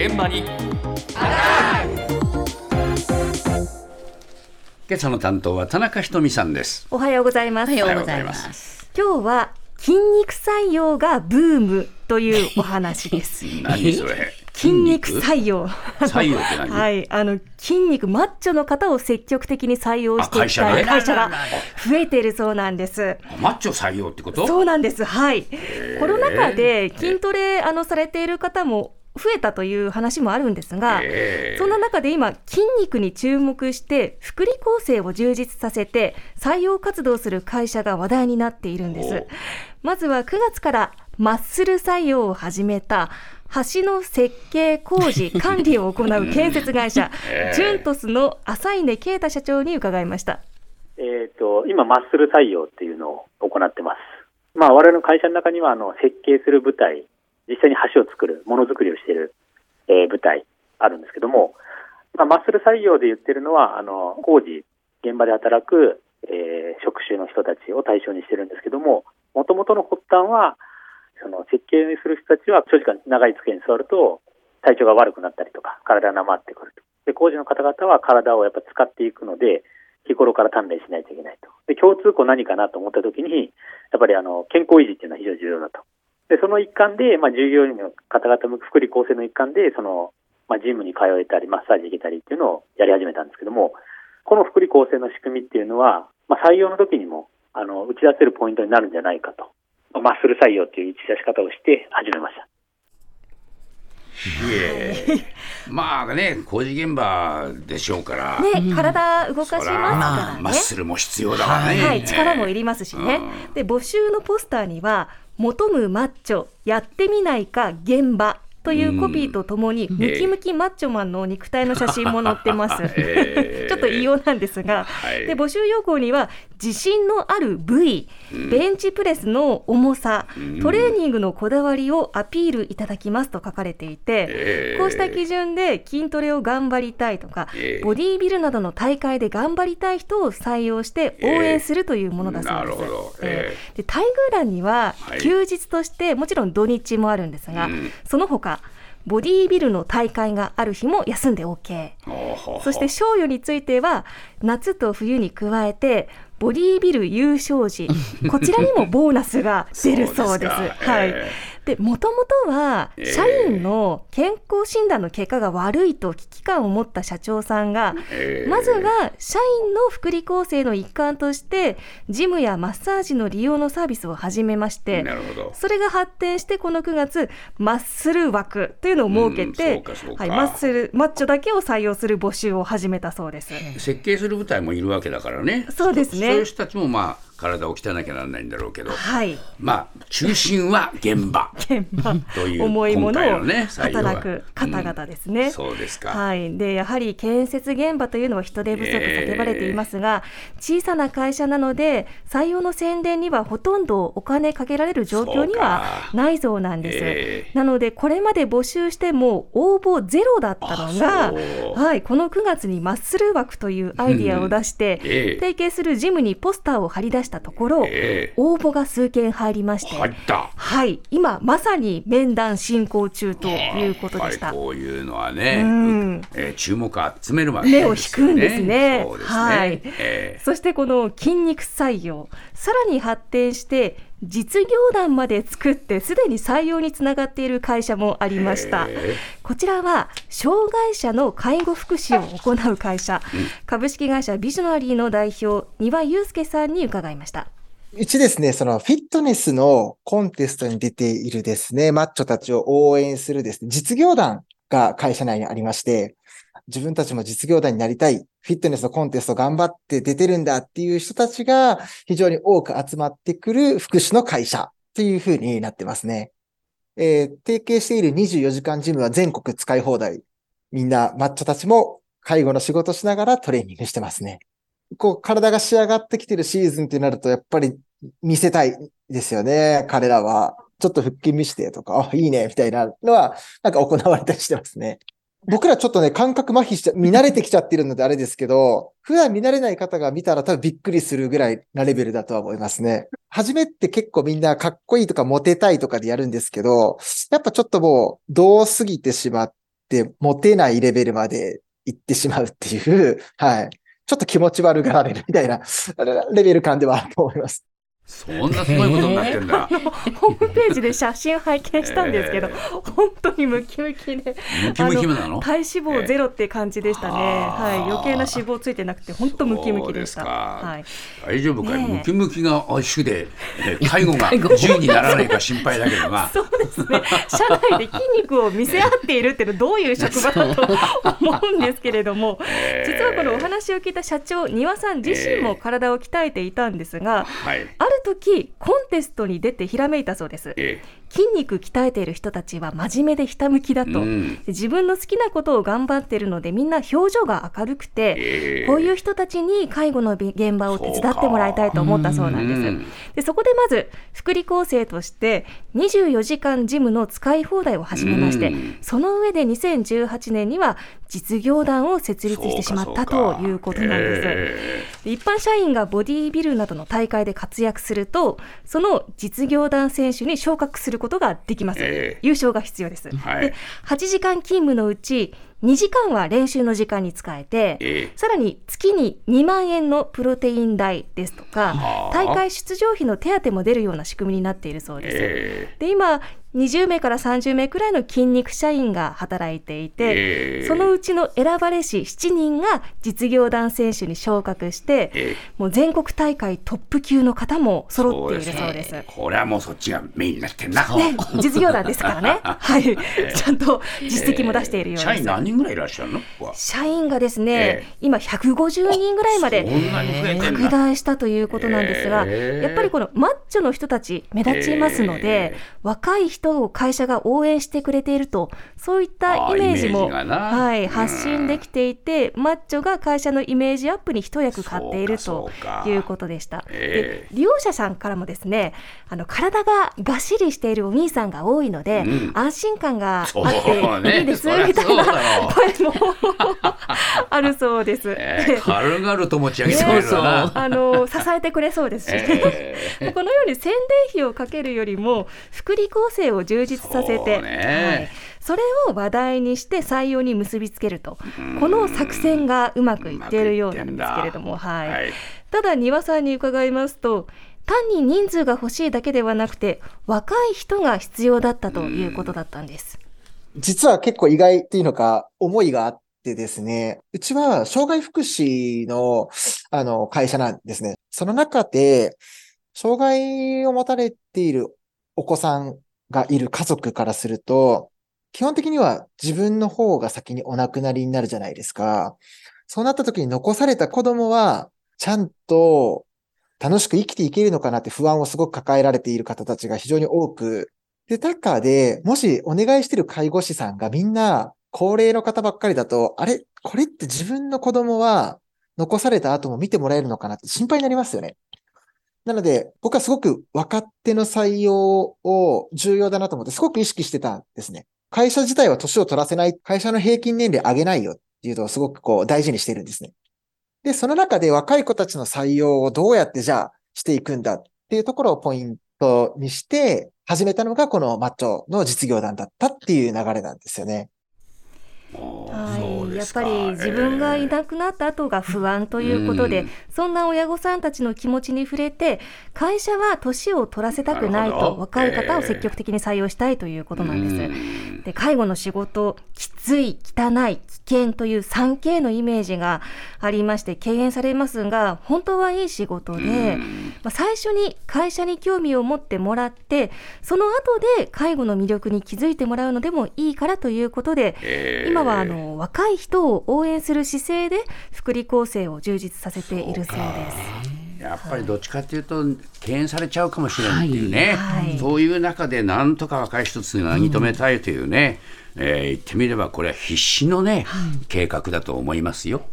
現場に今朝の担当は田中ひとみさんです。 おはようございます。 おはようございます。 今日は筋肉採用がブームというお話です何それ筋肉採用採用って何？ はい、筋肉マッチョの方を積極的に採用していきたい会社が増えているそうなんです。 マッチョ採用ってこと？ そうなんです。はい。コロナ禍で筋トレされている方も増えたという話もあるんですが、そんな中で今筋肉に注目して福利厚生を充実させて採用活動する会社が話題になっているんです。まずは9月からマッスル採用を始めた橋の設計工事管理を行う建設会社ジュントスの浅稲啓太社長に伺いました。 今マッスル採用っていうのを行ってます。我々の会社の中には設計する部隊、実際に橋を作る、ものづくりをしている、部隊あるんですけども、マッスル採用で言ってるのは工事現場で働く、職種の人たちを対象にしてるんですけども、もともとの発端はその設計する人たちは長時間長い机に座ると体調が悪くなったりとか体がなまってくると。で、工事の方々は体をやっぱ使っていくので日頃から鍛錬しないといけないと。で、共通項何かなと思った時にやっぱり健康維持っていうのは非常に重要だと。で、その一環で、従業員の方々も福利厚生の一環でジムに通えたりマッサージ行けたりっていうのをやり始めたんですけども、この福利厚生の仕組みっていうのは、採用の時にも打ち出せるポイントになるんじゃないかと。マッスル採用という打ち出し方をして始めました。 工事現場でしょうから、 体動かしますからね。 マッスルも必要だわね。 力もいりますしね。で、募集のポスターには求むマッチョやってみないか現場というコピーとともにムキムキマッチョマンの肉体の写真も載ってます、ちょっと異様なんですが、で募集要項には自信のある部位、ベンチプレスの重さ、トレーニングのこだわりをアピールいただきますと書かれていて、こうした基準で筋トレを頑張りたいとか、ボディービルなどの大会で頑張りたい人を採用して応援するというものだそうです。で、待遇欄には休日としてもちろん土日もあるんですが、その他ボディービルの大会がある日も休んで OK。 そして賞与については夏と冬に加えてボディービル優勝時こちらにもボーナスが出るそうです。で、もともとは社員の健康診断の結果が悪いと危機感を持った社長さんが、まずは社員の福利厚生の一環としてジムやマッサージの利用のサービスを始めまして、それが発展してこの9月マッスル枠というのを設けて、マッチョだけを採用する募集を始めたそうです。 設計する部隊もいるわけだからね。 そうですね。 そういう人たちも体を鍛えなきゃならないんだろうけど、中心は現場という重いものをね、 働く方々ですね。 そうですか。 で、やはり建設現場というのは人手不足叫ばれていますが、小さな会社なので採用の宣伝にはほとんどお金かけられる状況にはないそうなんです。なのでこれまで募集しても応募ゼロだったのが、この9月にマッスル枠というアイディアを出して、提携するジムにポスターを貼り出したところ、応募が数件入りまして、今まさに面談進行中ということでした。 こういうのはね、注目を集めるわけですよね。 目を引くんですね。そしてこの筋肉採用、さらに発展して実業団まで作ってすでに採用につながっている会社もありました。こちらは障害者の介護福祉を行う会社、株式会社ビジョナリーの代表丹羽祐介さんに伺いました。 うちですね、そのフィットネスのコンテストに出ているですね、マッチョたちを応援するですね、実業団が会社内にありまして、自分たちも実業団になりたい、フィットネスのコンテスト頑張って出てるんだっていう人たちが非常に多く集まってくる福祉の会社というふうになってますね。提携している24時間ジムは全国使い放題。みんなマッチョたちも介護の仕事しながらトレーニングしてますね。体が仕上がってきてるシーズンってなるとやっぱり見せたいですよね。彼らはちょっと腹筋見してとか、いいねみたいなのは行われたりしてますね。僕らちょっとね、感覚麻痺見慣れてきちゃってるのであれですけど、普段見慣れない方が見たら多分びっくりするぐらいなレベルだとは思いますね。初めって結構みんなかっこいいとかモテたいとかでやるんですけど、やっぱちょっともう、どう過ぎてしまってって持てないレベルまで行ってしまうっていう、はい。ちょっと気持ち悪がられるみたいなレベル感ではあると思います。 そんなすごいことになってんだ。 ホームページで写真拝見したんですけど、本当にムキムキで、 ムキムキなの？ 体脂肪ゼロって感じでしたね。はい、余計な脂肪ついてなくて本当ムキムキでした。はい、 大丈夫かい、ムキムキが主で、介護が10にならないか心配だけどな。 そうですね。社内で筋肉を見せ合っているっていうのはどういう職場だと思うんですけれども、実はこのお話を聞いた社長丹羽さん自身も体を鍛えていたんですが、ある時コンテストに出てひらめいたそうです。筋肉鍛えている人たちは真面目でひたむきだと、自分の好きなことを頑張っているのでみんな表情が明るくて、こういう人たちに介護の現場を手伝ってもらいたいと思ったそうなんです。でそこでまず福利厚生として24時間ジムの使い放題を始めまして、その上で2018年には実業団を設立してしまったということなんです。一般社員がボディービルなどの大会で活躍すると、その実業団選手に昇格することができます。優勝が必要です。で8時間勤務のうち2時間は練習の時間に使えて、さらに月に2万円のプロテイン代ですとか、大会出場費の手当も出るような仕組みになっているそうです。で今20名から30名くらいの筋肉社員が働いていて、そのうちの選ばれし7人が実業団選手に昇格して、もう全国大会トップ級の方も揃っているそうです。 これはもうそっちがメインになってんな、 ね、実業団ですからねはい、ちゃんと実績も出しているようです。 社員何人ぐらいいらっしゃるの？ 社員がですね、今150人ぐらいまで拡大したということなんですが、やっぱりこのマッチョの人たち目立ちますので、若い人を会社が応援してくれていると、そういったイメージも発信できていて、マッチョが会社のイメージアップに一役買っているということでした。で利用者さんからもですね、体ががっしりしているお兄さんが多いので、安心感があっていいですみたいな声もあるそうです。 軽々と持ち上げてくれるな、 支えてくれそうですし、このように宣伝費をかけるよりも福利厚生を充実させて、それを話題にして採用に結びつけると、この作戦がうまくいっているようなんですけれども、ただ丹羽さんに伺いますと、単に人数が欲しいだけではなくて若い人が必要だったということだったんです。 実は結構意外っていうのか思いがあってですね、うちは障害福祉の会社なんですね。その中で障害を持たれているお子さんがいる家族からすると、基本的には自分の方が先にお亡くなりになるじゃないですか。そうなった時に残された子供はちゃんと楽しく生きていけるのかなって不安をすごく抱えられている方たちが非常に多く、で、中でもしお願いしている介護士さんがみんな高齢の方ばっかりだと、あれこれって自分の子供は残された後も見てもらえるのかなって心配になりますよね。なので、僕はすごく若手の採用を重要だなと思ってすごく意識してたんですね。会社自体は年を取らせない、会社の平均年齢上げないよっていうのをすごく大事にしてるんですね。で、その中で若い子たちの採用をどうやってじゃあしていくんだっていうところをポイントにして始めたのがこのマッチョの実業団だったっていう流れなんですよね。 やっぱり自分がいなくなった後が不安ということで、そんな親御さんたちの気持ちに触れて、会社は年を取らせたくないと、若い方を積極的に採用したいということなんです。で、介護の仕事、きつい、汚い、危険という 3K のイメージがありまして敬遠されますが、本当はいい仕事で、最初に会社に興味を持ってもらって、その後で介護の魅力に気づいてもらうのでもいいからということで、今は若い人を応援する姿勢で福利厚生を充実させているそうです。 やっぱりどっちかというと敬遠されちゃうかもしれないっていうね、そういう中でなんとか若い人つなぎ止めたいというね、言ってみればこれは必死のね、計画だと思いますよ。